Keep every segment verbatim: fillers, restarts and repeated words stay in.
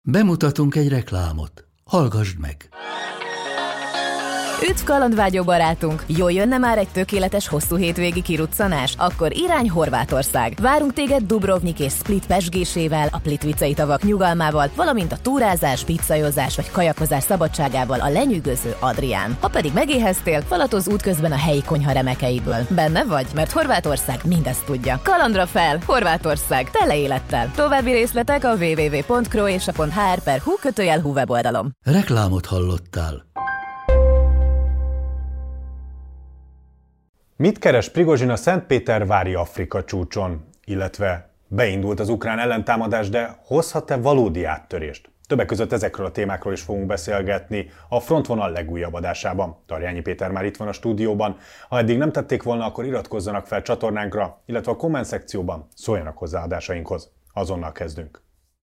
Bemutatunk egy reklámot. Hallgasd meg! Üdv kalandvágyó barátunk! Jól jönne már egy tökéletes hosszú hétvégi kiruccanás? Akkor irány Horvátország! Várunk téged Dubrovnik és Split pezsgésével, a Plitvicei tavak nyugalmával, valamint a túrázás, pizzajozás vagy kajakozás szabadságával a lenyűgöző Adrián. Ha pedig megéheztél, falatoz útközben a helyi konyha remekeiből. Benne vagy? Mert Horvátország mindezt tudja. Kalandra fel! Horvátország! Tele élettel! További részletek a double-u double-u double-u pont croatia.hr per hu kötőjel hu weboldalon. Reklámot hallottál. Mit keres Prigozsin a Szentpétervári Afrika csúcson? Illetve beindult az ukrán ellentámadás, de hozhat-e valódi áttörést? Többek között ezekről a témákról is fogunk beszélgetni a Frontvonal legújabb adásában. Tarjányi Péter már itt van a stúdióban. Ha eddig nem tették volna, akkor iratkozzanak fel csatornánkra, illetve a komment szekcióban szóljanak hozzá adásainkhoz. Azonnal kezdünk!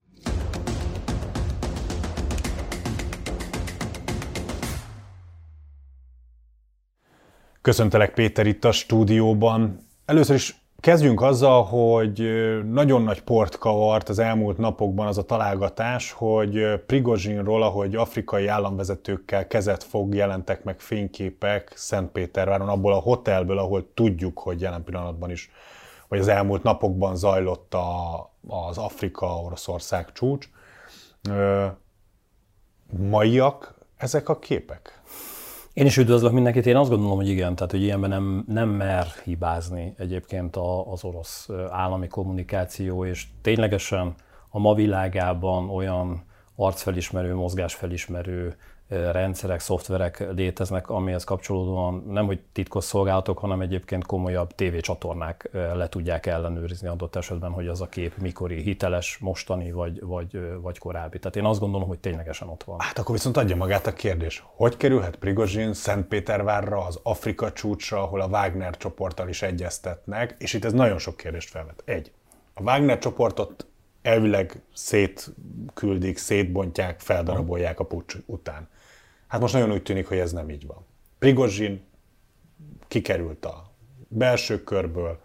Köszöntelek, Péter, itt a stúdióban. Először is kezdjünk azzal, hogy nagyon nagy port kavart az elmúlt napokban az a találgatás, hogy Prigozsinról, ahogy afrikai államvezetőkkel kezet fog, jelentek meg fényképek Szentpéterváron, abból a hotelből, ahol tudjuk, hogy jelen pillanatban is, vagy az elmúlt napokban zajlott a, az Afrika-Oroszország csúcs. Maiak ezek a képek? Én is üdvözlök mindenkit, én azt gondolom, hogy igen, tehát hogy ilyenben nem, nem mer hibázni egyébként az orosz állami kommunikáció, és ténylegesen a ma világában olyan arcfelismerő, mozgásfelismerő rendszerek, szoftverek léteznek, amihez kapcsolódóan nem hogy titkos szolgálatok, hanem egyébként komolyabb tévécsatornák le tudják ellenőrizni adott esetben, hogy az a kép mikori, hiteles, mostani vagy, vagy, vagy korábbi. Tehát én azt gondolom, hogy ténylegesen ott van. Hát akkor viszont adja magát a kérdés. Hogy kerülhet Prigozsin Szentpétervárra, az Afrika csúcsra, ahol a Wagner csoporttal is egyeztetnek, és itt ez nagyon sok kérdést felvet. Egy. A Wagner csoportot elvileg szétküldik, szétbontják, feldarabolják a puccs után. Hát most nagyon úgy tűnik, hogy ez nem így van. Prigozsin kikerült a belső körből,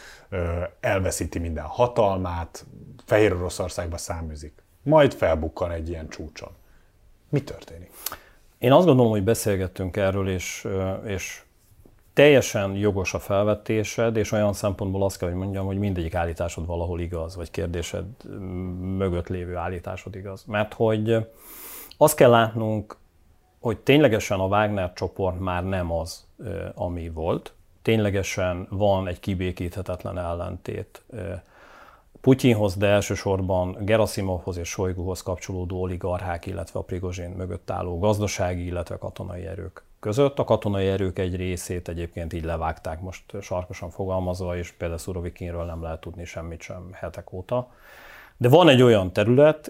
elveszíti minden hatalmát, Fehér Oroszországba száműzik. Majd felbukkan egy ilyen csúcson. Mi történik? Én azt gondolom, hogy beszélgettünk erről, és, és teljesen jogos a felvetésed, és olyan szempontból azt kell, hogy mondjam, hogy mindegyik állításod valahol igaz, vagy kérdésed mögött lévő állításod igaz. Mert hogy azt kell látnunk, hogy ténylegesen a Wagner csoport már nem az, ami volt. Ténylegesen van egy kibékíthetetlen ellentét Putyinhoz, de elsősorban Gerasimovhoz és Sojguhoz kapcsolódó oligarchák, illetve a Prigozsin mögött álló gazdasági, illetve katonai erők között. A katonai erők egy részét egyébként így levágták, most sarkosan fogalmazva, és például Szurovikinről nem lehet tudni semmit sem hetek óta. De van egy olyan terület,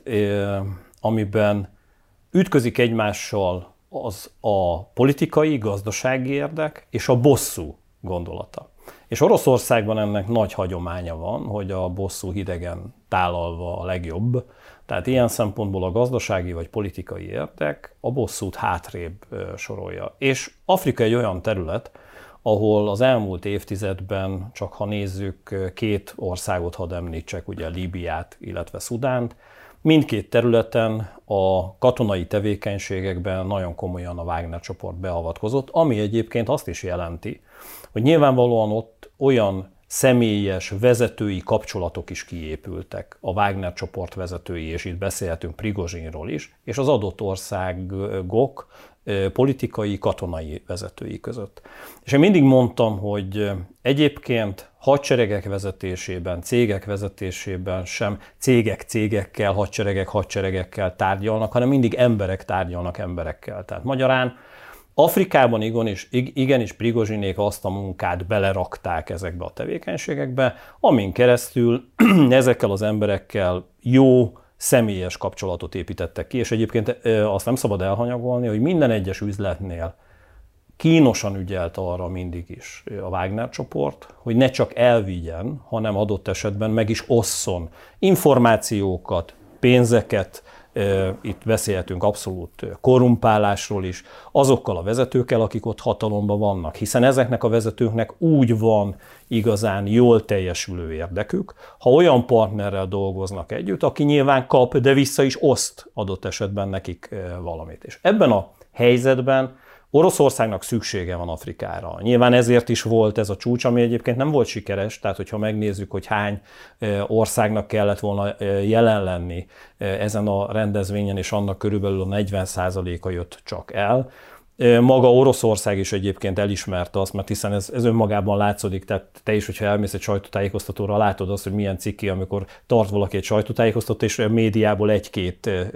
amiben ütközik egymással az a politikai, gazdasági érdek és a bosszú gondolata. És Oroszországban ennek nagy hagyománya van, hogy a bosszú hidegen tálalva a legjobb. Tehát ilyen szempontból a gazdasági vagy politikai érdek a bosszút hátrébb sorolja. És Afrika egy olyan terület, ahol az elmúlt évtizedben, csak ha nézzük, két országot hadd említsek, ugye Líbiát, illetve Szudánt, mindkét területen a katonai tevékenységekben nagyon komolyan a Wagner csoport beavatkozott, ami egyébként azt is jelenti, hogy nyilvánvalóan ott olyan személyes vezetői kapcsolatok is kiépültek a Wagner csoport vezetői, és itt beszélhetünk Prigozsinról is, és az adott országok politikai, katonai vezetői között. És én mindig mondtam, hogy egyébként hadseregek vezetésében, cégek vezetésében sem cégek cégekkel, hadseregek hadseregekkel tárgyalnak, hanem mindig emberek tárgyalnak emberekkel. Tehát magyarán Afrikában igenis, igenis Prigozsinék azt a munkát belerakták ezekbe a tevékenységekbe, amin keresztül ezekkel az emberekkel jó, személyes kapcsolatot építettek ki, és egyébként azt nem szabad elhanyagolni, hogy minden egyes üzletnél kínosan ügyelt arra mindig is a Wagner csoport, hogy ne csak elvigyen, hanem adott esetben meg is osszon információkat, pénzeket, itt beszélhetünk abszolút korrumpálásról is, azokkal a vezetőkkel, akik ott hatalomban vannak, hiszen ezeknek a vezetőknek úgy van igazán jól teljesülő érdekük, ha olyan partnerrel dolgoznak együtt, aki nyilván kap, de vissza is oszt adott esetben nekik valamit. És ebben a helyzetben Oroszországnak szüksége van Afrikára. Nyilván ezért is volt ez a csúcs, ami egyébként nem volt sikeres, tehát hogyha megnézzük, hogy hány országnak kellett volna jelen lenni ezen a rendezvényen, és annak körülbelül a negyven százaléka jött csak el. Maga Oroszország is egyébként elismerte azt, mert hiszen ez, ez önmagában látszódik, tehát te is, hogyha elmész egy sajtótájékoztatóra, látod azt, hogy milyen cikki, amikor tart valaki egy sajtótájékoztatót, és a médiából egy-két ö,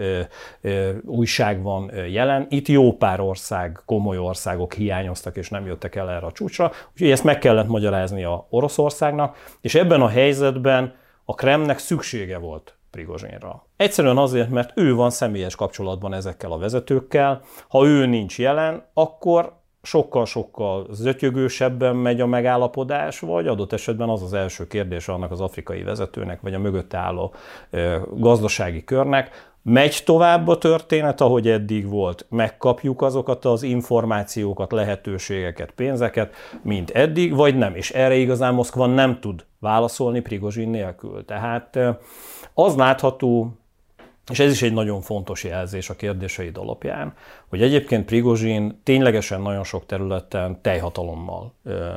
ö, újság van jelen. Itt jó pár ország, komoly országok hiányoztak, és nem jöttek el erre a csúcsra, úgyhogy ezt meg kellett magyarázni a Oroszországnak, és ebben a helyzetben a Kremlnek szüksége volt Prigozsinra. Egyszerűen azért, mert ő van személyes kapcsolatban ezekkel a vezetőkkel. Ha ő nincs jelen, akkor sokkal-sokkal zötyögősebben megy a megállapodás, vagy adott esetben az az első kérdés annak az afrikai vezetőnek, vagy a mögötte álló gazdasági körnek. Megy tovább a történet, ahogy eddig volt. Megkapjuk azokat az információkat, lehetőségeket, pénzeket, mint eddig, vagy nem. És erre igazán Moszkva nem tud válaszolni Prigozsin nélkül. Tehát az látható, és ez is egy nagyon fontos jelzés a kérdéseid alapján, hogy egyébként Prigozsin ténylegesen nagyon sok területen teljhatalommal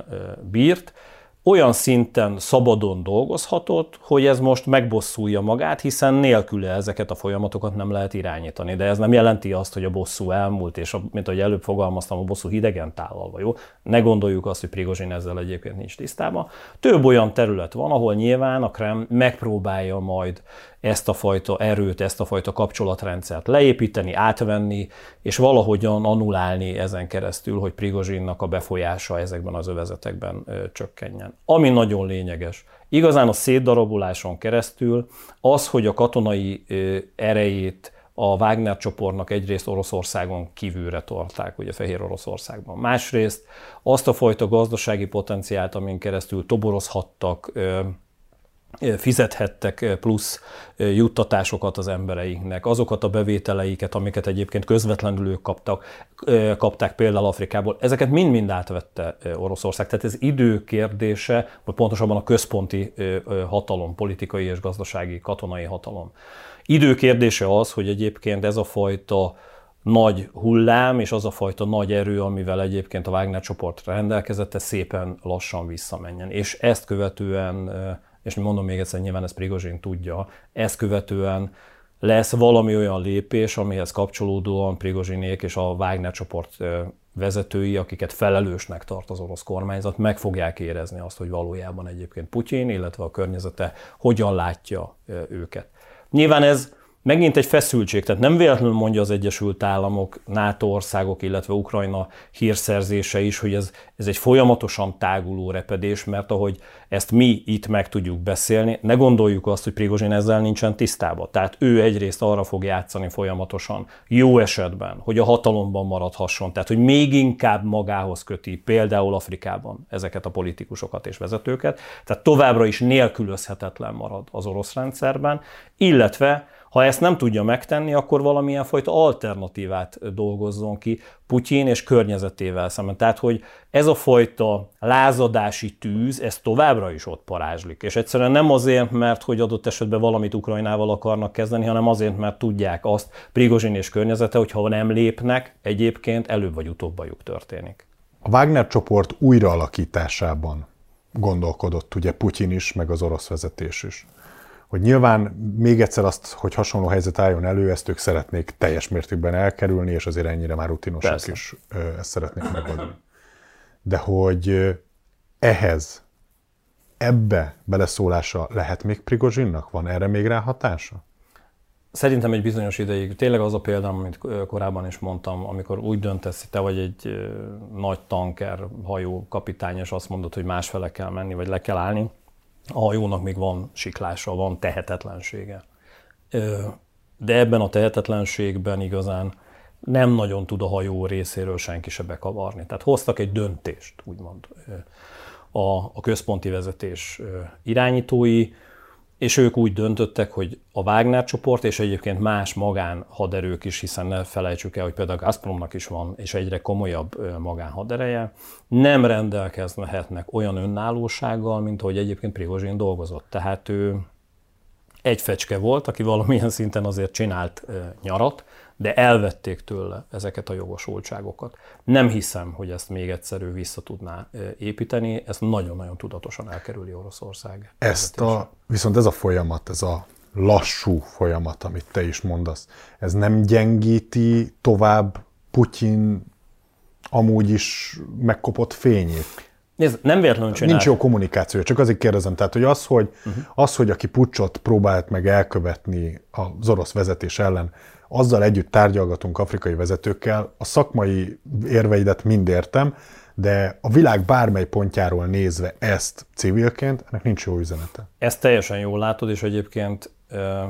bírt, olyan szinten szabadon dolgozhatott, hogy ez most megbosszulja magát, hiszen nélküle ezeket a folyamatokat nem lehet irányítani. De ez nem jelenti azt, hogy a bosszú elmúlt, és a, mint ahogy előbb fogalmaztam, a bosszú hidegen tállalva, jó? Ne gondoljuk azt, hogy Prigozsin ezzel egyébként nincs tisztában. Több olyan terület van, ahol nyilván a Kreml megpróbálja majd ezt a fajta erőt, ezt a fajta kapcsolatrendszert leépíteni, átvenni, és valahogyan annulálni ezen keresztül, hogy Prigozsinnak a befolyása ezekben az övezetekben ö, csökkenjen. Ami nagyon lényeges, igazán a szétdaraboláson keresztül az, hogy a katonai ö, erejét a Wagner csoportnak egyrészt Oroszországon kívülre tarták, ugye Fehér Oroszországban. Másrészt azt a fajta gazdasági potenciált, amin keresztül toborozhattak, ö, fizethettek plusz juttatásokat az embereiknek, azokat a bevételeiket, amiket egyébként közvetlenül ők kaptak, kapták például Afrikából, ezeket mind-mind átvette Oroszország. Tehát ez idő kérdése, vagy pontosabban a központi hatalom, politikai és gazdasági, katonai hatalom. Idő kérdése az, hogy egyébként ez a fajta nagy hullám, és az a fajta nagy erő, amivel egyébként a Wagner csoport rendelkezett, ez szépen lassan visszamenjen. És ezt követően, és mondom még egyszer, nyilván ezt Prigozsin tudja, ezt követően lesz valami olyan lépés, amihez kapcsolódóan Prigozsinék és a Wagner csoport vezetői, akiket felelősnek tart az orosz kormányzat, meg fogják érezni azt, hogy valójában egyébként Putyin, illetve a környezete hogyan látja őket. Nyilván ez megint egy feszültség, tehát nem véletlenül mondja az Egyesült Államok, NATO országok, illetve Ukrajna hírszerzése is, hogy ez, ez egy folyamatosan táguló repedés, mert ahogy ezt mi itt meg tudjuk beszélni, ne gondoljuk azt, hogy Prigozsin ezzel nincsen tisztában. Tehát ő egyrészt arra fog játszani folyamatosan, jó esetben, hogy a hatalomban maradhasson, tehát hogy még inkább magához köti például Afrikában ezeket a politikusokat és vezetőket, tehát továbbra is nélkülözhetetlen marad az orosz rendszerben, illetve ha ezt nem tudja megtenni, akkor valamilyen fajta alternatívát dolgozzon ki Putyin és környezetével szemben. Tehát, hogy ez a fajta lázadási tűz, ez továbbra is ott parázslik. És egyszerűen nem azért, mert hogy adott esetben valamit Ukrajnával akarnak kezdeni, hanem azért, mert tudják azt Prigozsin és környezete, hogy ha nem lépnek, egyébként előbb vagy utóbb bajuk történik. A Wagner csoport újraalakításában gondolkodott ugye Putyin is, meg az orosz vezetés is. Hogy nyilván még egyszer azt, hogy hasonló helyzet álljon elő, ezt ők szeretnék teljes mértékben elkerülni, és azért ennyire már rutinosak Persze. is ezt szeretnék megoldani. De hogy ehhez, ebbe beleszólása lehet még Prigozsinnak? Van erre még rá hatása? Szerintem egy bizonyos ideig. Tényleg az a példám, amit korábban is mondtam, amikor úgy döntesz, te vagy egy nagy tanker hajó kapitány, és azt mondod, hogy másfele kell menni, vagy le kell állni, a hajónak még van siklása, van tehetetlensége. De ebben a tehetetlenségben igazán nem nagyon tud a hajó részéről senki se bekavarni. Tehát hoztak egy döntést, úgymond, a, a központi vezetés irányítói, és ők úgy döntöttek, hogy a Wagner csoport, és egyébként más magánhaderők is, hiszen ne felejtsük el, hogy például a Gazpromnak is van, és egyre komolyabb magánhadereje, nem rendelkezhetnek olyan önállósággal, mint ahogy egyébként Prigozsin dolgozott. Tehát ő egy fecske volt, aki valamilyen szinten azért csinált nyarat, de elvették tőle ezeket a jogosultságokat. Nem hiszem, hogy ezt még egyszer ő vissza tudná építeni, ezt nagyon-nagyon tudatosan elkerüli Oroszország. Ezt a, viszont ez a folyamat, ez a lassú folyamat, amit te is mondasz, ez nem gyengíti tovább Putyin amúgy is megkopott fényét? Nézd, nem véletlenül csinál. Nincs jó kommunikáció, csak azért kérdezem, tehát hogy az, hogy, uh-huh. az, hogy aki puccsot próbált meg elkövetni az orosz vezetés ellen, azzal együtt tárgyalgatunk afrikai vezetőkkel, a szakmai érveidet mind értem, de a világ bármely pontjáról nézve ezt civilként, ennek nincs jó üzenete. Ezt teljesen jól látod, és egyébként uh,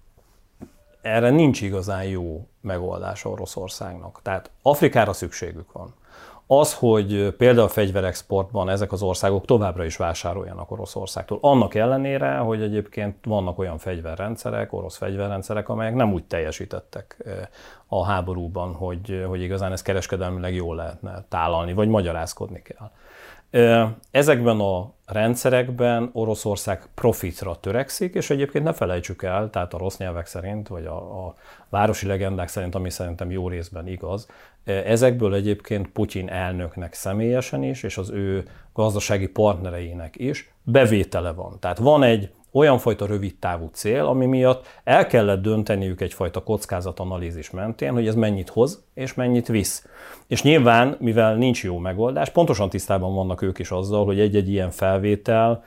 erre nincs igazán jó megoldása Oroszországnak. Tehát Afrikára szükségük van. Az, hogy például a fegyverexportban ezek az országok továbbra is vásároljanak Oroszországtól. Annak ellenére, hogy egyébként vannak olyan fegyverrendszerek, orosz fegyverrendszerek, amelyek nem úgy teljesítettek a háborúban, hogy, hogy igazán ezt kereskedelmileg jól lehetne tálalni, vagy magyarázkodni kell. Ezekben a rendszerekben Oroszország profitra törekszik, és egyébként ne felejtsük el, tehát a rossz nyelvek szerint, vagy a, a városi legendák szerint, ami szerintem jó részben igaz, ezekből egyébként Putyin elnöknek személyesen is, és az ő gazdasági partnereinek is bevétele van. Tehát van egy olyan fajta rövidtávú cél, ami miatt el kellett dönteniük egyfajta kockázatanalízis mentén, hogy ez mennyit hoz és mennyit visz. És nyilván, mivel nincs jó megoldás, pontosan tisztában vannak ők is azzal, hogy egy-egy ilyen felvétel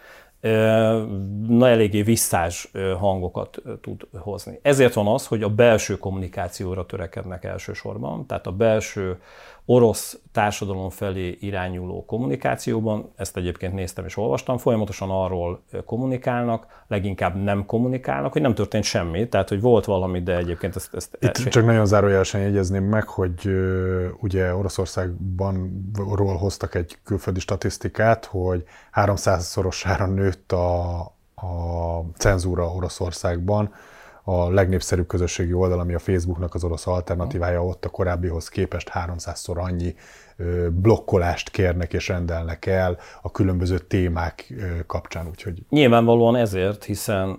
na eléggé visszás hangokat tud hozni. Ezért van az, hogy a belső kommunikációra törekednek elsősorban, tehát a belső orosz társadalom felé irányuló kommunikációban, ezt egyébként néztem és olvastam, folyamatosan arról kommunikálnak, leginkább nem kommunikálnak, hogy nem történt semmi, tehát hogy volt valami, de egyébként ezt... ezt Itt el... csak nagyon zárójelesen jegyezném meg, hogy ugye Oroszországban ról hoztak egy külföldi statisztikát, hogy háromszázszorosára nőtt a, a cenzúra Oroszországban. A legnépszerűbb közösségi oldal, ami a Facebooknak az orosz alternatívája, ott a korábbihoz képest háromszázszor annyi blokkolást kérnek és rendelnek el a különböző témák kapcsán. Úgyhogy... Nyilvánvalóan ezért, hiszen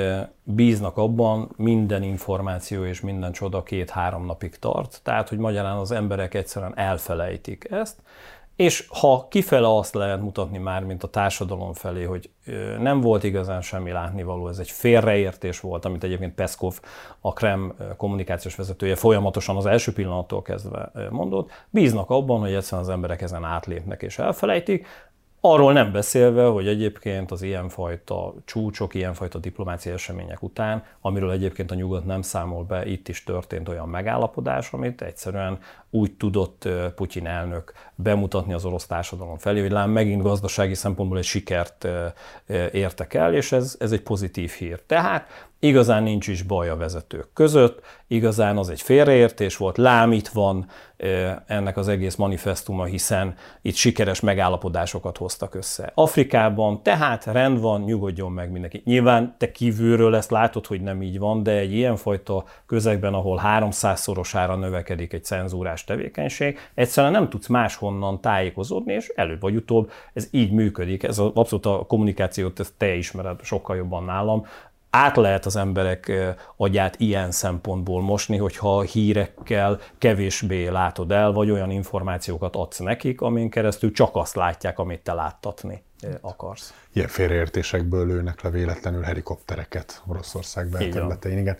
bíznak abban, minden információ és minden csoda két-három napig tart, tehát hogy magyarán az emberek egyszerűen elfelejtik ezt, és ha kifele azt lehet mutatni már, mint a társadalom felé, hogy nem volt igazán semmi látnivaló, ez egy félreértés volt, amit egyébként Peszkov, a Kreml kommunikációs vezetője folyamatosan az első pillanattól kezdve mondott, bíznak abban, hogy egyszerűen az emberek ezen átlépnek és elfelejtik, arról nem beszélve, hogy egyébként az ilyenfajta csúcsok, ilyenfajta diplomáciai események után, amiről egyébként a nyugat nem számol be, itt is történt olyan megállapodás, amit egyszerűen úgy tudott Putyin elnök bemutatni az orosz társadalom felé, hogy lám megint gazdasági szempontból egy sikert értek el, és ez, ez egy pozitív hír. Tehát igazán nincs is baj a vezetők között, igazán az egy félreértés volt, lám itt van ennek az egész manifesztuma, hiszen itt sikeres megállapodásokat hoztak össze Afrikában, tehát rend van, nyugodjon meg mindenki. Nyilván te kívülről ezt látod, hogy nem így van, de egy ilyenfajta közegben, ahol háromszázszorosára növekedik egy cenzúrás tevékenység, egyszerűen nem tudsz máshonnan tájékozódni, és előbb vagy utóbb ez így működik. Ez abszolút a kommunikációt, ezt te ismered sokkal jobban nálam. Át lehet az emberek agyát ilyen szempontból mosni, hogyha hírekkel kevésbé látod el, vagy olyan információkat adsz nekik, amin keresztül csak azt látják, amit te láttatni akarsz. Ilyen félreértésekből lőnek le véletlenül helikoptereket Oroszország belterületein, igen.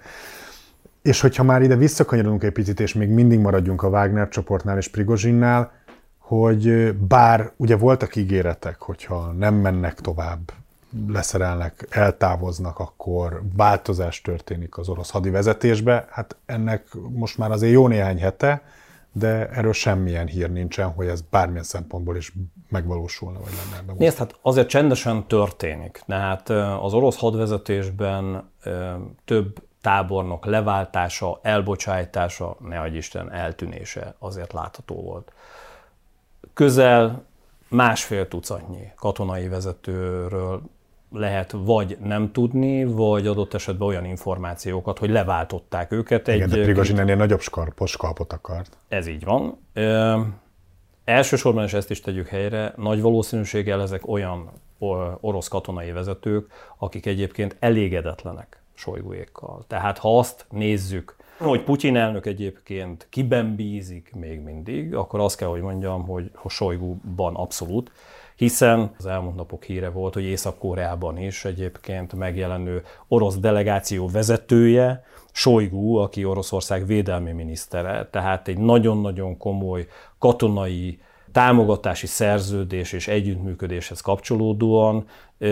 És hogyha már ide visszakanyarodunk egy picit, és még mindig maradjunk a Wagner csoportnál és Prigozsinnál, hogy bár ugye voltak ígéretek, hogyha nem mennek tovább, leszerelnek, eltávoznak, akkor változás történik az orosz hadivezetésbe. Hát ennek most már azért jó néhány hete, de erről semmilyen hír nincsen, hogy ez bármilyen szempontból is megvalósulna, vagy lenne ebben. Nézd, hát azért csendesen történik. Tehát az orosz hadvezetésben több tábornok leváltása, elbocsájtása, ne adj Isten, eltűnése azért látható volt. Közel másfél tucatnyi katonai vezetőről lehet vagy nem tudni, vagy adott esetben olyan információkat, hogy leváltották őket. Igen, egy, de Prigozsin ennél nagyobb skarpos skalpot akart. Ez így van. Ö, elsősorban, és ezt is tegyük helyre, nagy valószínűséggel ezek olyan orosz katonai vezetők, akik egyébként elégedetlenek Sojgujékkal. Tehát ha azt nézzük, hogy Putyin elnök egyébként kiben bízik még mindig, akkor azt kell, hogy mondjam, hogy Sojguban abszolút, hiszen az elmúlt napok híre volt, hogy Észak-Koreában is egyébként megjelenő orosz delegáció vezetője, Sojgu, aki Oroszország védelmi minisztere, tehát egy nagyon-nagyon komoly katonai támogatási szerződés és együttműködéshez kapcsolódóan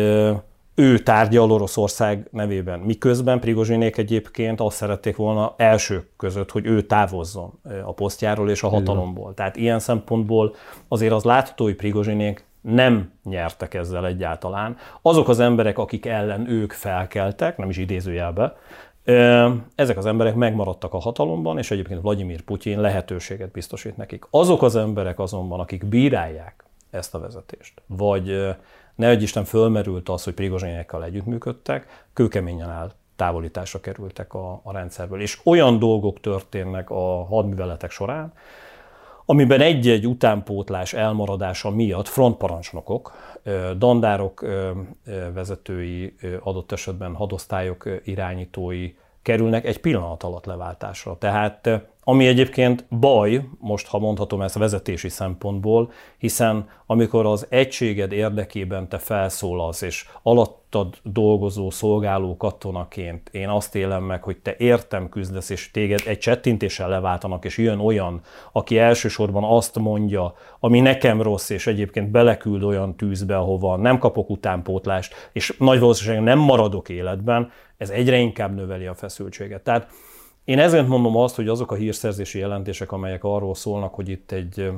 ő tárgyal Oroszország nevében. Miközben Prigozsinék egyébként azt szerették volna elsők között, hogy ő távozzon a posztjáról és a hatalomból. Tehát ilyen szempontból azért az látható, hogy Prigozsinék nem nyertek ezzel egyáltalán. Azok az emberek, akik ellen ők felkeltek, nem is idézőjelbe, ezek az emberek megmaradtak a hatalomban, és egyébként Vladimir Putyin lehetőséget biztosít nekik. Azok az emberek azonban, akik bírálják ezt a vezetést, vagy nehogy Isten fölmerült az, hogy Prigozsinékkal együttműködtek, kőkeményen eltávolításra kerültek a, a rendszerből. És olyan dolgok történnek a hadműveletek során, amiben egy-egy utánpótlás elmaradása miatt frontparancsnokok, dandárok vezetői, adott esetben hadosztályok irányítói kerülnek egy pillanat alatt leváltásra. Tehát ami egyébként baj, most ha mondhatom ezt vezetési szempontból, hiszen amikor az egységed érdekében te felszólalsz, és alattad dolgozó, szolgáló katonaként én azt élem meg, hogy te értem küzdesz, és téged egy csettintéssel leváltanak, és jön olyan, aki elsősorban azt mondja, ami nekem rossz, és egyébként beleküld olyan tűzbe, ahova nem kapok utánpótlást, és nagy valószínűséggel nem maradok életben, ez egyre inkább növeli a feszültséget. Tehát én ezért mondom azt, hogy azok a hírszerzési jelentések, amelyek arról szólnak, hogy itt egy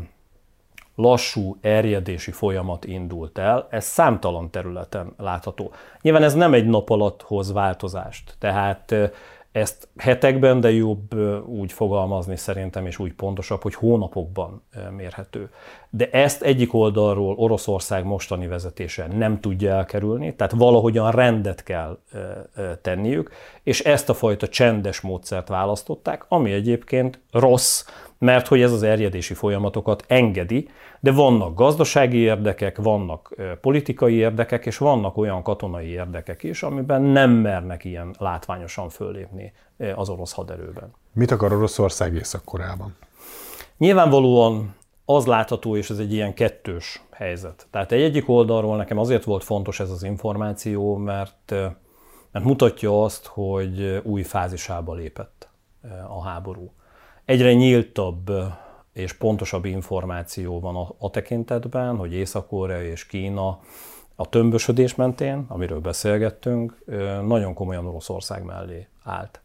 lassú erjedési folyamat indult el, ez számtalan területen látható. Nyilván ez nem egy nap alatt hoz változást, tehát ezt hetekben, de jobb úgy fogalmazni szerintem, és úgy pontosabb, hogy hónapokban mérhető. De ezt egyik oldalról Oroszország mostani vezetése nem tudja elkerülni, tehát valahogyan rendet kell tenniük, és ezt a fajta csendes módszert választották, ami egyébként rossz, mert hogy ez az erjedési folyamatokat engedi, de vannak gazdasági érdekek, vannak politikai érdekek, és vannak olyan katonai érdekek is, amiben nem mernek ilyen látványosan föllépni az orosz haderőben. Mit akar Oroszország Észak-Koreában? Nyilvánvalóan az látható, és ez egy ilyen kettős helyzet. Tehát egy egyik oldalról nekem azért volt fontos ez az információ, mert, mert mutatja azt, hogy új fázisába lépett a háború. Egyre nyíltabb és pontosabb információ van a, a tekintetben, hogy Észak-Korea és Kína a tömbösödés mentén, amiről beszélgettünk, nagyon komolyan Oroszország mellé állt.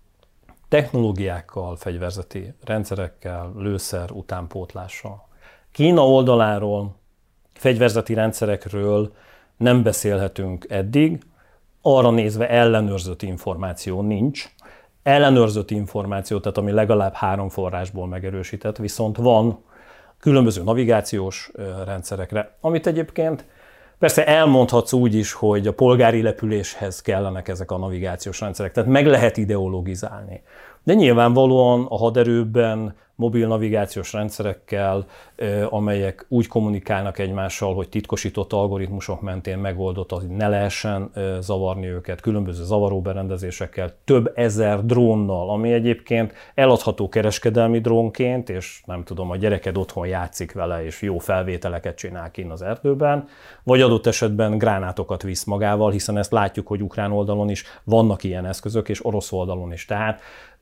Technológiákkal, fegyverzeti rendszerekkel, lőszer utánpótlással. Kína oldaláról, fegyverzeti rendszerekről nem beszélhetünk eddig, arra nézve ellenőrzött információ nincs. Ellenőrzött információ, tehát ami legalább három forrásból megerősített, viszont van különböző navigációs rendszerekre, amit egyébként persze elmondhatsz úgy is, hogy a polgári lepüléshez kellenek ezek a navigációs rendszerek, tehát meg lehet ideologizálni. De nyilvánvalóan a haderőben mobil navigációs rendszerekkel, amelyek úgy kommunikálnak egymással, hogy titkosított algoritmusok mentén megoldott, hogy ne lehessen zavarni őket, különböző zavaró berendezésekkel, több ezer drónnal, ami egyébként eladható kereskedelmi drónként, és nem tudom, a gyereked otthon játszik vele, és jó felvételeket csinál kint az erdőben, vagy adott esetben gránátokat visz magával, hiszen ezt látjuk, hogy ukrán oldalon is vannak ilyen eszközök, és orosz oldalon is. Tehát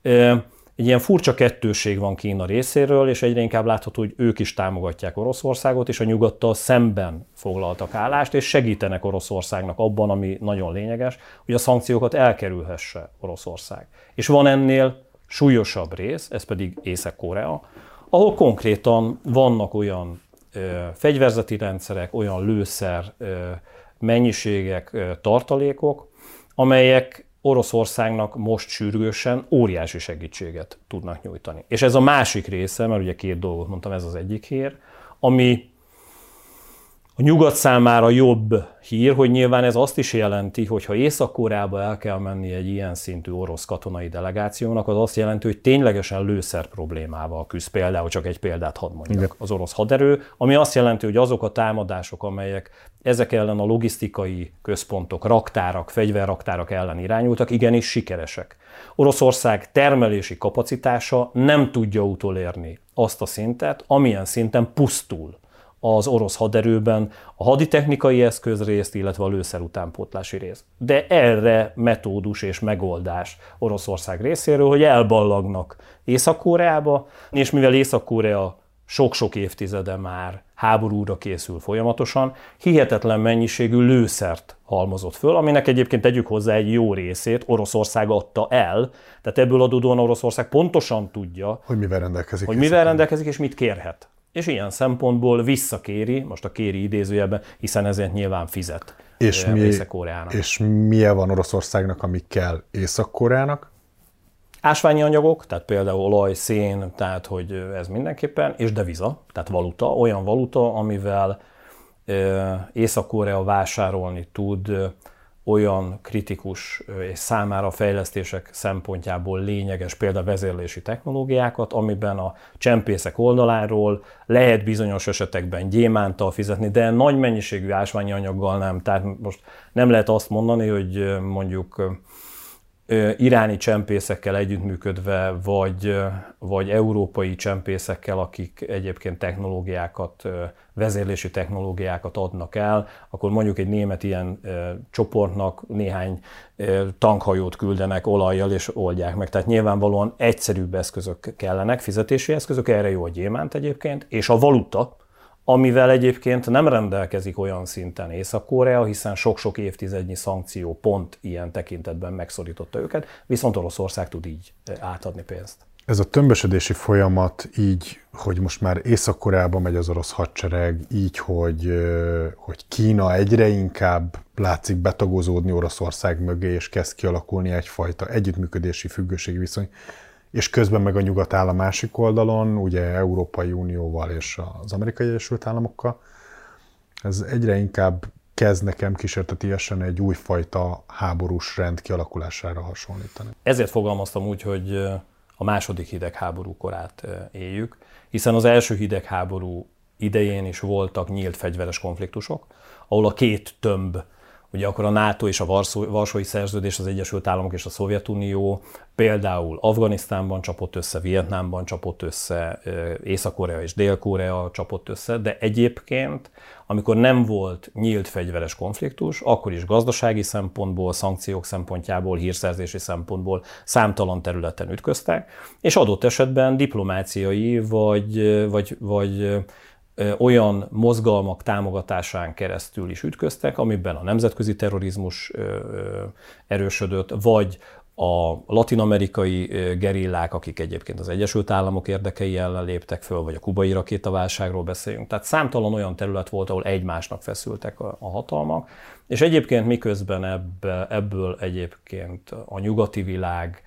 egy ilyen furcsa kettőség van Kína részéről, és egyre inkább látható, hogy ők is támogatják Oroszországot, és a nyugattal szemben foglaltak állást, és segítenek Oroszországnak abban, ami nagyon lényeges, hogy a szankciókat elkerülhesse Oroszország. És van ennél súlyosabb rész, ez pedig Észak-Korea, ahol konkrétan vannak olyan ö, fegyverzeti rendszerek, olyan lőszer, ö, mennyiségek, ö, tartalékok, amelyek Oroszországnak most sürgősen óriási segítséget tudnak nyújtani. És ez a másik része, mert ugye két dolgot mondtam, ez az egyik hír, ami, A nyugat számára jobb hír, hogy nyilván ez azt is jelenti, hogy ha Észak-Koreába el kell menni egy ilyen szintű orosz katonai delegációnak, az azt jelenti, hogy ténylegesen lőszer problémával küzd. Például csak egy példát hadd mondjak. Igen. Az orosz haderő, ami azt jelenti, hogy azok a támadások, amelyek ezek ellen a logisztikai központok, raktárak, fegyverraktárak ellen irányultak, igenis sikeresek. Oroszország termelési kapacitása nem tudja utolérni azt a szintet, amilyen szinten pusztul az orosz haderőben a haditechnikai eszközrészt, illetve a lőszer utánpótlási rész. De erre metódus és megoldás Oroszország részéről, hogy elballagnak Észak-Koreába, és mivel Észak-Korea sok-sok évtizede már háborúra készül folyamatosan, hihetetlen mennyiségű lőszert halmozott föl, aminek egyébként tegyük hozzá egy jó részét Oroszország adta el, tehát ebből adódóan Oroszország pontosan tudja, hogy mivel rendelkezik, hogy mivel rendelkezik és mit kérhet. És ilyen szempontból visszakéri, most a kéri idézőjelben, hiszen ezért nyilván fizet és mi, Észak-Koreának. És milyen van Oroszországnak, ami kell Észak-Koreának? Ásványi anyagok, tehát például olaj, szén, tehát hogy ez mindenképpen, és deviza, tehát valuta, olyan valuta, amivel Észak-Korea vásárolni tud olyan kritikus és számára a fejlesztések szempontjából lényeges például vezérlési technológiákat, amiben a csempészek oldaláról lehet bizonyos esetekben gyémántal fizetni, de nagy mennyiségű ásványi anyaggal nem. Tehát most nem lehet azt mondani, hogy mondjuk iráni csempészekkel együttműködve, vagy, vagy európai csempészekkel, akik egyébként technológiákat, vezérlési technológiákat adnak el, akkor mondjuk egy német ilyen e, csoportnak néhány e, tankhajót küldenek olajjal és oldják meg. Tehát nyilvánvalóan egyszerűbb eszközök kellenek, fizetési eszközök, erre jó a gyémánt egyébként, és a valuta, amivel egyébként nem rendelkezik olyan szinten Észak-Korea, hiszen sok-sok évtizednyi szankció pont ilyen tekintetben megszorította őket, viszont Oroszország tud így átadni pénzt. Ez a tömbösödési folyamat így, hogy most már Észak-Koreába megy az orosz hadsereg, így, hogy, hogy Kína egyre inkább látszik betagozódni Oroszország mögé, és kezd kialakulni egyfajta együttműködési függőségi viszony, és közben meg a nyugat áll a másik oldalon, ugye Európai Unióval és az Amerikai Egyesült Államokkal. Ez egyre inkább kezd nekem kísértetiesen egy újfajta háborús rend kialakulására hasonlítani. Ezért fogalmaztam úgy, hogy a második hidegháború korát éljük, hiszen az első hidegháború idején is voltak nyílt fegyveres konfliktusok, ahol a két tömb, ugye akkor a NATO és a Varsói Szerződés, az Egyesült Államok és a Szovjetunió például Afganisztánban csapott össze, Vietnámban csapott össze, Észak-Korea és Dél-Korea csapott össze, de egyébként, amikor nem volt nyílt fegyveres konfliktus, akkor is gazdasági szempontból, szankciók szempontjából, hírszerzési szempontból számtalan területen ütköztek, és adott esetben diplomáciai vagy, vagy, vagy olyan mozgalmak támogatásán keresztül is ütköztek, amiben a nemzetközi terrorizmus erősödött, vagy a latin-amerikai gerillák, akik egyébként az Egyesült Államok érdekei ellen léptek föl, vagy a kubai rakétaválságról beszéljünk. Tehát számtalan olyan terület volt, ahol egymásnak feszültek a, a hatalmak, és egyébként miközben ebbe, ebből egyébként a nyugati világ,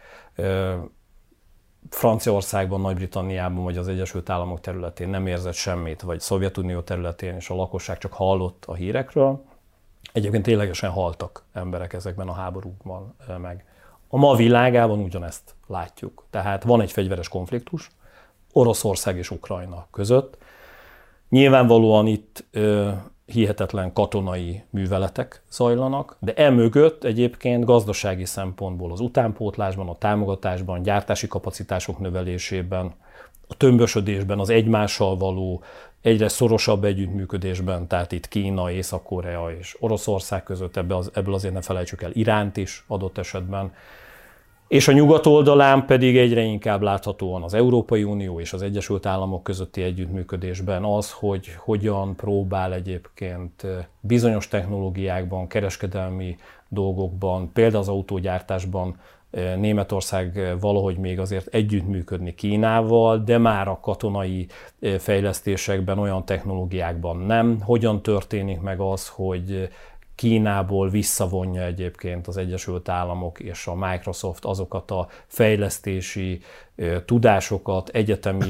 Franciaországban, Nagy-Britanniában vagy az Egyesült Államok területén nem érzett semmit, vagy Szovjetunió területén, és a lakosság csak hallott a hírekről. Egyébként ténylegesen haltak emberek ezekben a háborúkban meg. A ma világában ugyanezt látjuk. Tehát van egy fegyveres konfliktus Oroszország és Ukrajna között. Nyilvánvalóan itt ö, hihetetlen katonai műveletek zajlanak, de emögött egyébként gazdasági szempontból az utánpótlásban, a támogatásban, gyártási kapacitások növelésében, a tömbösödésben, az egymással való egyre szorosabb együttműködésben, tehát itt Kína, Észak-Korea és Oroszország között, ebből azért ne felejtsük el Iránt is adott esetben, és a nyugat oldalán pedig egyre inkább láthatóan az Európai Unió és az Egyesült Államok közötti együttműködésben az, hogy hogyan próbál egyébként bizonyos technológiákban, kereskedelmi dolgokban, például az autógyártásban Németország valahogy még azért együttműködni Kínával, de már a katonai fejlesztésekben, olyan technológiákban nem. Hogyan történik meg az, hogy Kínából visszavonja egyébként az Egyesült Államok és a Microsoft azokat a fejlesztési tudásokat, egyetemi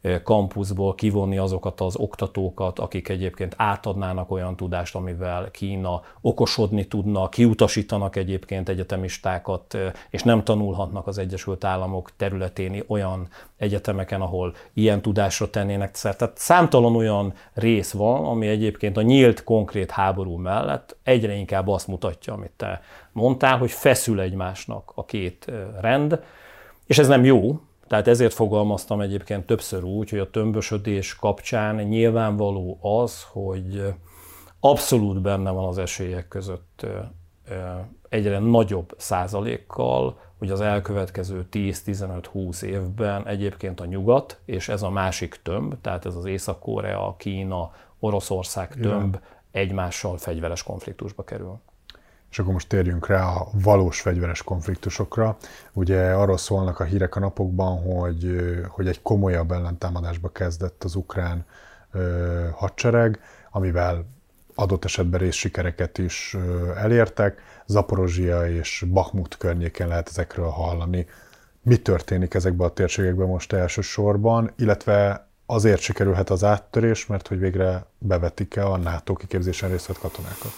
kampuszból kivonni azokat az oktatókat, akik egyébként átadnának olyan tudást, amivel Kína okosodni tudna, kiutasítanak egyébként egyetemistákat, és nem tanulhatnak az Egyesült Államok területén olyan egyetemeken, ahol ilyen tudásra tennének szert. Tehát számtalan olyan rész van, ami egyébként a nyílt, konkrét háború mellett egyre inkább azt mutatja, amit te mondtál, hogy feszül egymásnak a két rend, és ez nem jó. Tehát ezért fogalmaztam egyébként többször úgy, hogy a tömbösödés kapcsán nyilvánvaló az, hogy abszolút benne van az esélyek között egyre nagyobb százalékkal, hogy az elkövetkező tíz-tizenöt-húsz évben egyébként a nyugat, és ez a másik tömb, tehát ez az Észak-Korea, Kína, Oroszország tömb Igen. egymással fegyveres konfliktusba kerül. És akkor most térjünk rá a valós fegyveres konfliktusokra. Ugye arról szólnak a hírek a napokban, hogy, hogy egy komolyabb ellentámadásba kezdett az ukrán ö, hadsereg, amivel adott esetben részsikereket is ö, elértek. Zaporozsia és Bakhmut környékén lehet ezekről hallani. Mi történik ezekben a térségekben most elsősorban, illetve azért sikerülhet az áttörés, mert hogy végre bevetik-e a NATO kiképzésen részt vett katonákat?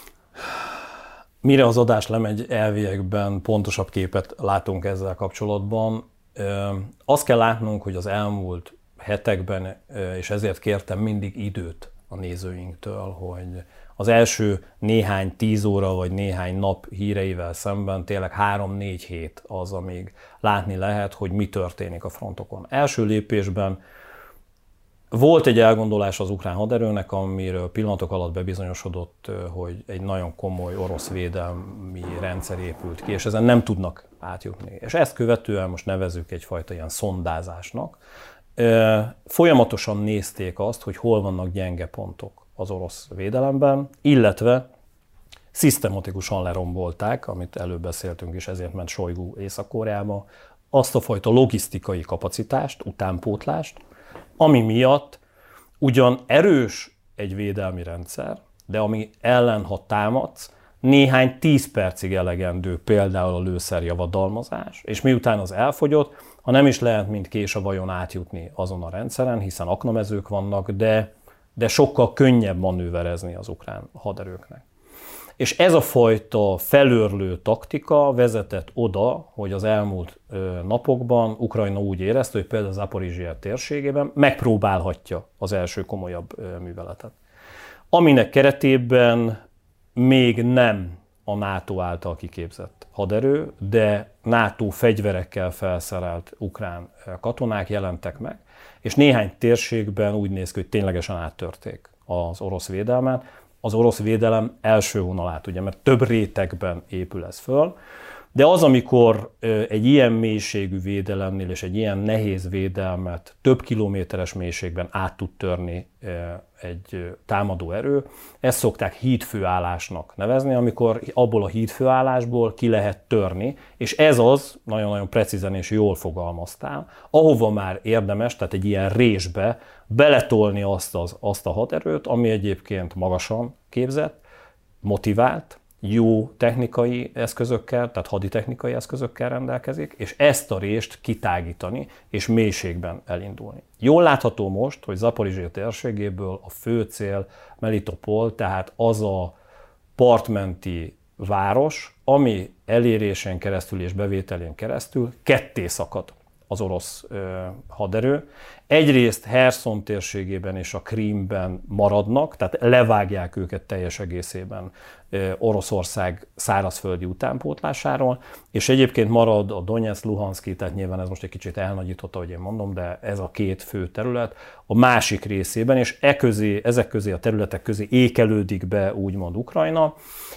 Mire az adás lemegy, elviekben pontosabb képet látunk ezzel kapcsolatban. Azt kell látnunk, hogy az elmúlt hetekben, és ezért kértem mindig időt a nézőinktől, hogy az első néhány tíz óra vagy néhány nap híreivel szemben tényleg három-négy hét az, amíg látni lehet, hogy mi történik a frontokon. Első lépésben volt egy elgondolás az ukrán haderőnek, amiről pillanatok alatt bebizonyosodott, hogy egy nagyon komoly orosz védelmi rendszer épült ki, és ezen nem tudnak átjutni. És ezt követően most nevezzük egyfajta ilyen szondázásnak. Folyamatosan nézték azt, hogy hol vannak gyenge pontok az orosz védelemben, illetve szisztematikusan lerombolták, amit előbb beszéltünk is, ezért ment Sojgu Észak-Koreába, azt a fajta logisztikai kapacitást, utánpótlást, ami miatt ugyan erős egy védelmi rendszer, de ami ellen, ha támadsz, néhány tíz percig elegendő például a lőszerjavadalmazás, és miután az elfogyott, ha nem is lehet, mint kés a vajon átjutni azon a rendszeren, hiszen aknamezők vannak, de, de sokkal könnyebb manőverezni az ukrán haderőknek. És ez a fajta felőrlő taktika vezetett oda, hogy az elmúlt napokban Ukrajna úgy érezte, hogy például Zaporizsia térségében megpróbálhatja az első komolyabb műveletet. Aminek keretében még nem a NATO által kiképzett haderő, de NATO fegyverekkel felszerelt ukrán katonák jelentek meg, és néhány térségben úgy néz ki, hogy ténylegesen áttörték az orosz védelmet, az orosz védelem első vonalát, ugye, mert több rétegben épül ez föl, de az, amikor egy ilyen mélységű védelemnél és egy ilyen nehéz védelmet több kilométeres mélységben át tud törni egy támadó erő, ezt szokták hídfőállásnak nevezni, amikor abból a hídfőállásból ki lehet törni, és ez az, nagyon-nagyon precízen és jól fogalmaztál, ahova már érdemes, tehát egy ilyen résbe beletolni azt, az, azt a haderőt, ami egyébként magasan képzett, motivált, jó technikai eszközökkel, tehát haditechnikai eszközökkel rendelkezik, és ezt a rést kitágítani, és mélységben elindulni. Jól látható most, hogy Zaporizsia térségéből a fő cél Melitopol, tehát az a partmenti város, ami elérésén keresztül és bevételén keresztül ketté szakad az orosz ö, haderő. Egyrészt Herszon térségében és a Krímben maradnak, tehát levágják őket teljes egészében ö, Oroszország szárazföldi utánpótlásáról, és egyébként marad a Donetsz, Luhanszki, tehát nyilván ez most egy kicsit elnagyított, ahogy én mondom, de ez a két fő terület a másik részében, és e közé, ezek közé a területek közé ékelődik be úgymond Ukrajna,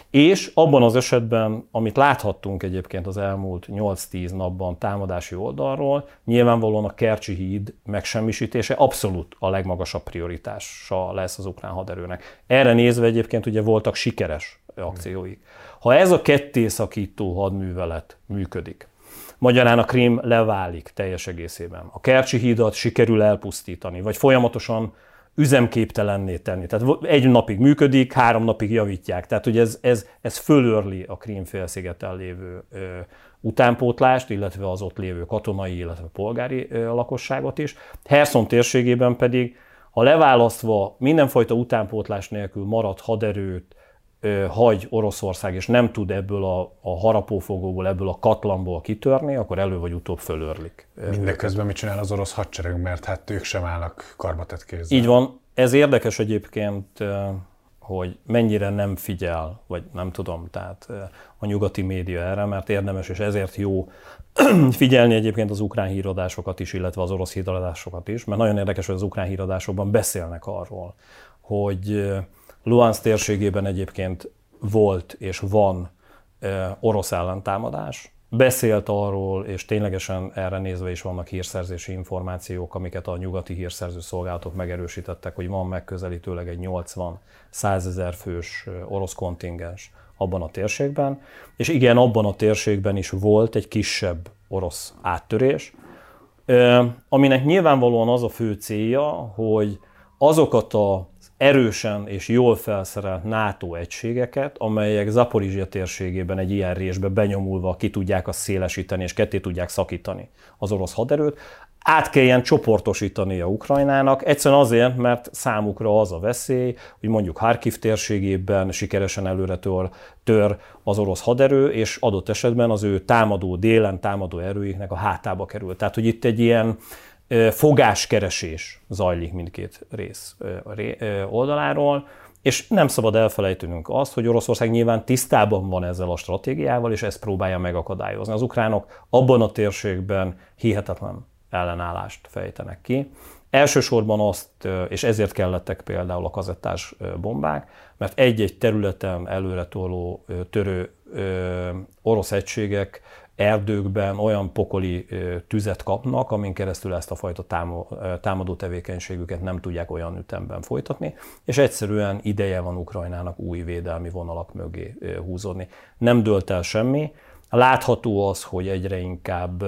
és abban az esetben, amit láthattunk egyébként az elmúlt nyolc-tíz napban támadási oldalról, nyilvánvalóan a Kercsi híd megsemmisítése abszolút a legmagasabb prioritása lesz az ukrán haderőnek. Erre nézve egyébként ugye voltak sikeres akcióik. Ha ez a kettészakító hadművelet működik, magyarán a Krím leválik teljes egészében, a Kercsi hídat sikerül elpusztítani, vagy folyamatosan üzemképtelenné tenni. Tehát egy napig működik, három napig javítják. Tehát, hogy ez, ez, ez fölörli a Krím-félszigeten lévő ö, utánpótlást, illetve az ott lévő katonai, illetve polgári lakosságot is. Herszon térségében pedig, ha leválasztva mindenfajta utánpótlás nélkül maradt haderőt hagy Oroszország, és nem tud ebből a, a harapófogóból, ebből a katlanból kitörni, akkor elő vagy utóbb fölörlik. Mindeközben mit csinál az orosz hadsereg, mert hát ők sem állnak karbatett kézzel. Így van. Ez érdekes egyébként, hogy mennyire nem figyel, vagy nem tudom, tehát a nyugati média erre, mert érdemes, és ezért jó figyelni egyébként az ukrán híradásokat is, illetve az orosz híradásokat is, mert nagyon érdekes, hogy az ukrán híradásokban beszélnek arról, hogy Luhanszk térségében egyébként volt és van orosz ellentámadás. Beszélt arról, és ténylegesen erre nézve is vannak hírszerzési információk, amiket a nyugati hírszerző szolgálatok megerősítettek, hogy van megközelítőleg egy nyolcvan-százezer fős orosz kontingens abban a térségben. És igen, abban a térségben is volt egy kisebb orosz áttörés, aminek nyilvánvalóan az a fő célja, hogy azokat a erősen és jól felszerelt NATO egységeket, amelyek Zaporizsja térségében egy ilyen résbe benyomulva ki tudják azt szélesíteni és ketté tudják szakítani az orosz haderőt, át kelljen csoportosítania Ukrajnának, egyszerűen azért, mert számukra az a veszély, hogy mondjuk Harkiv térségében sikeresen előre tör, tör az orosz haderő, és adott esetben az ő támadó, délen támadó erőiknek a hátába kerül. Tehát, hogy itt egy ilyen fogáskeresés zajlik mindkét rész oldaláról, és nem szabad elfelejtenünk azt, hogy Oroszország nyilván tisztában van ezzel a stratégiával, és ezt próbálja megakadályozni. Az ukránok abban a térségben hihetetlen ellenállást fejtenek ki. Elsősorban azt, és ezért kellettek például a kazettás bombák, mert egy-egy területen előre toló törő orosz egységek erdőkben olyan pokoli tüzet kapnak, amin keresztül ezt a fajta támadó tevékenységüket nem tudják olyan ütemben folytatni, és egyszerűen ideje van Ukrajnának új védelmi vonalak mögé húzódni. Nem dőlt el semmi. Látható az, hogy egyre inkább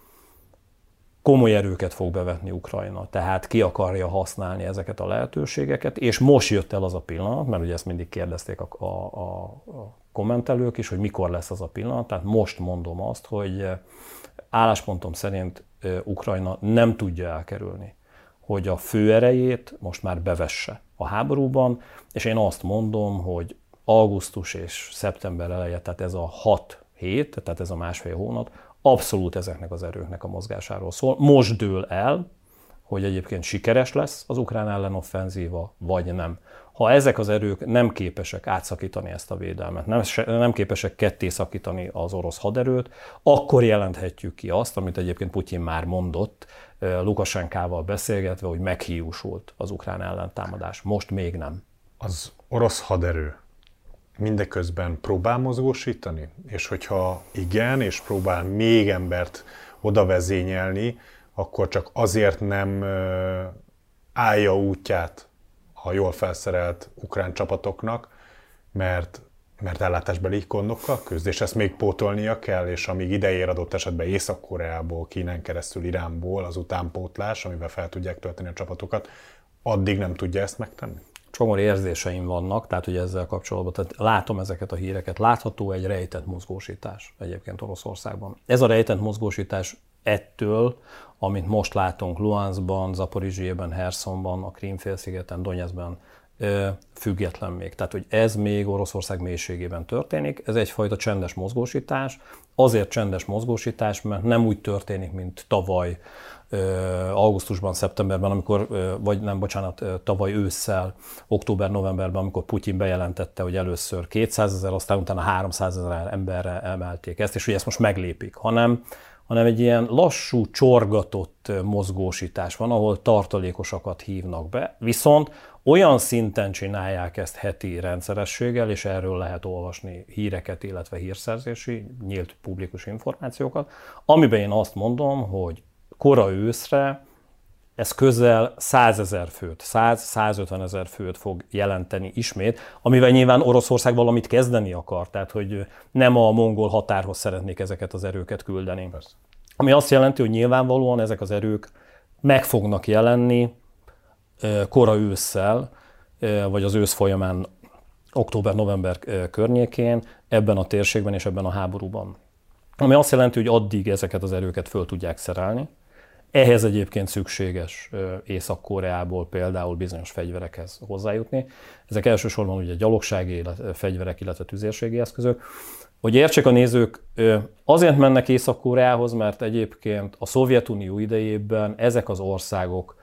komoly erőket fog bevetni Ukrajna, tehát ki akarja használni ezeket a lehetőségeket, és most jött el az a pillanat, mert ugye ezt mindig kérdezték a, a, a kommentelők is, hogy mikor lesz az a pillanat, tehát most mondom azt, hogy álláspontom szerint Ukrajna nem tudja elkerülni, hogy a főerejét most már bevesse a háborúban, és én azt mondom, hogy augusztus és szeptember eleje, tehát ez a hat hét, tehát ez a másfél hónap, abszolút ezeknek az erőknek a mozgásáról szól. Most dől el, hogy egyébként sikeres lesz az ukrán ellenoffenzíva, vagy nem. Ha ezek az erők nem képesek átszakítani ezt a védelmet, nem, nem képesek ketté szakítani az orosz haderőt, akkor jelenthetjük ki azt, amit egyébként Putyin már mondott, Lukasenkával beszélgetve, hogy meghiúsult az ukrán ellentámadás. Most még nem. Az orosz haderő mindeközben próbál mozgósítani? És hogyha igen, és próbál még embert oda vezényelni, akkor csak azért nem állja útját a jól felszerelt ukrán csapatoknak, mert, mert ellátásbeli gondokkal küzd, és ezt még pótolnia kell, és amíg ideér adott esetben Észak-Koreából, Kínán keresztül Iránból az utánpótlás, amivel fel tudják tölteni a csapatokat, addig nem tudja ezt megtenni? Csomó érzéseim vannak, tehát ugye ezzel kapcsolatban, tehát látom ezeket a híreket, látható egy rejtett mozgósítás egyébként Oroszországban. Ez a rejtett mozgósítás ettől, amit most látunk Luhanszkban, Zaporizsjében, Herszonban, a Krím-félszigeten, Donyeckben, független még. Tehát, hogy ez még Oroszország mélységében történik, ez egyfajta csendes mozgósítás. Azért csendes mozgósítás, mert nem úgy történik, mint tavaly, augusztusban, szeptemberben, amikor, vagy nem, bocsánat, tavaly ősszel, október-novemberben, amikor Putyin bejelentette, hogy először kétszázezer, aztán utána háromszázezer emberre emelték ezt, és hogy ezt most meglépik, hanem, hanem egy ilyen lassú, csorgatott mozgósítás van, ahol tartalékosakat hívnak be, viszont olyan szinten csinálják ezt heti rendszerességgel, és erről lehet olvasni híreket, illetve hírszerzési, nyílt publikus információkat, amiben én azt mondom, hogy kora őszre ez közel százezer főt, száz-százötven ezer főt fog jelenteni ismét, amivel nyilván Oroszország valamit kezdeni akar, tehát hogy nem a mongol határhoz szeretnék ezeket az erőket küldeni. Persze. Ami azt jelenti, hogy nyilvánvalóan ezek az erők meg fognak jelenni kora ősszel, vagy az ősz folyamán, október-november környékén ebben a térségben és ebben a háborúban. ami azt jelenti, hogy addig ezeket az erőket föl tudják szerelni. Ehhez egyébként szükséges Észak-Koreából például bizonyos fegyverekhez hozzájutni. Ezek elsősorban ugye gyalogsági fegyverek, illetve tüzérségi eszközök. Hogy értsék a nézők, azért mennek Észak-Koreához, mert egyébként a Szovjetunió idejében ezek az országok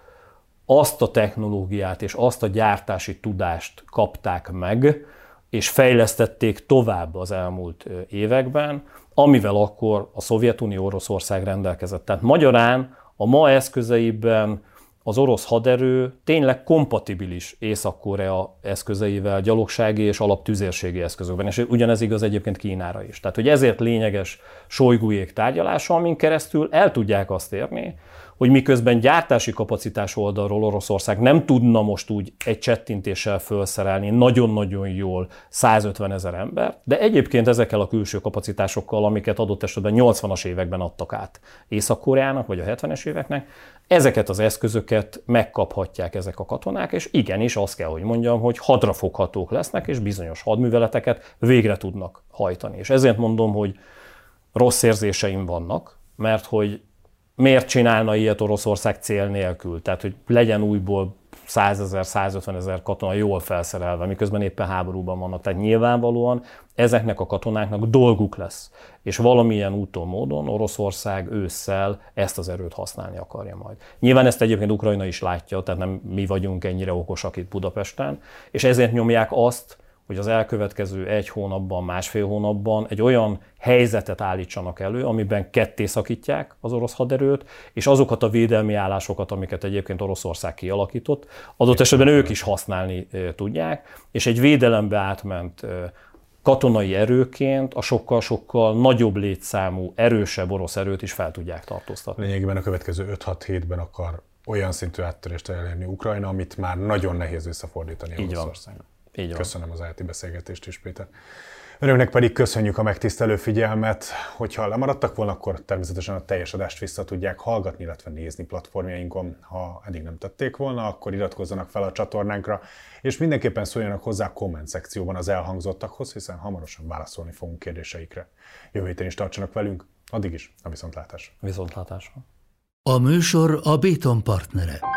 azt a technológiát és azt a gyártási tudást kapták meg, és fejlesztették tovább az elmúlt években, amivel akkor a Szovjetunió, Oroszország rendelkezett. Tehát magyarán a ma eszközeiben az orosz haderő tényleg kompatibilis Észak-Korea eszközeivel, gyalogsági és alaptüzérségi eszközökben, és ugyanez igaz egyébként Kínára is. Tehát, hogy ezért lényeges Sojgujék tárgyalása, amin keresztül el tudják azt érni, hogy miközben gyártási kapacitás oldalról Oroszország nem tudna most úgy egy csettintéssel felszerelni nagyon-nagyon jól százötven ezer embert, de egyébként ezekkel a külső kapacitásokkal, amiket adott esetben nyolcvanas években adtak át Észak-Koreának, vagy a hetvenes éveknek, ezeket az eszközöket megkaphatják ezek a katonák, és igenis azt kell, hogy mondjam, hogy hadrafoghatók lesznek, és bizonyos hadműveleteket végre tudnak hajtani. És ezért mondom, hogy rossz érzéseim vannak, mert hogy miért csinálna ilyet Oroszország cél nélkül? Tehát, hogy legyen újból százezer, százötvenezer katona jól felszerelve, miközben éppen háborúban vannak. Tehát nyilvánvalóan ezeknek a katonáknak dolguk lesz. És valamilyen úton, módon Oroszország ősszel ezt az erőt használni akarja majd. Nyilván ezt egyébként Ukrajna is látja, tehát nem mi vagyunk ennyire okosak itt Budapesten, és ezért nyomják azt, hogy az elkövetkező egy hónapban, másfél hónapban egy olyan helyzetet állítsanak elő, amiben ketté szakítják az orosz haderőt, és azokat a védelmi állásokat, amiket egyébként Oroszország kialakított, adott esetben ők is használni tudják, és egy védelembe átment katonai erőként a sokkal-sokkal nagyobb létszámú, erősebb orosz erőt is fel tudják tartóztatni. Lényegében a következő öt-hat hétben akar olyan szintű áttörést elérni Ukrajna, amit már nagyon nehéz visszafordítani Oroszországnak. Köszönöm az állati beszélgetést is, Péter. Önöknek pedig köszönjük a megtisztelő figyelmet. Hogyha lemaradtak volna, akkor természetesen a teljes adást vissza tudják hallgatni, illetve nézni platformjainkon. Ha eddig nem tették volna, akkor iratkozzanak fel a csatornánkra, és mindenképpen szóljanak hozzá a komment szekcióban az elhangzottakhoz, hiszen hamarosan válaszolni fogunk kérdéseikre. Jövő héten is tartsanak velünk, addig is a viszontlátásra. Viszontlátásra. A műsor a Béton partnere.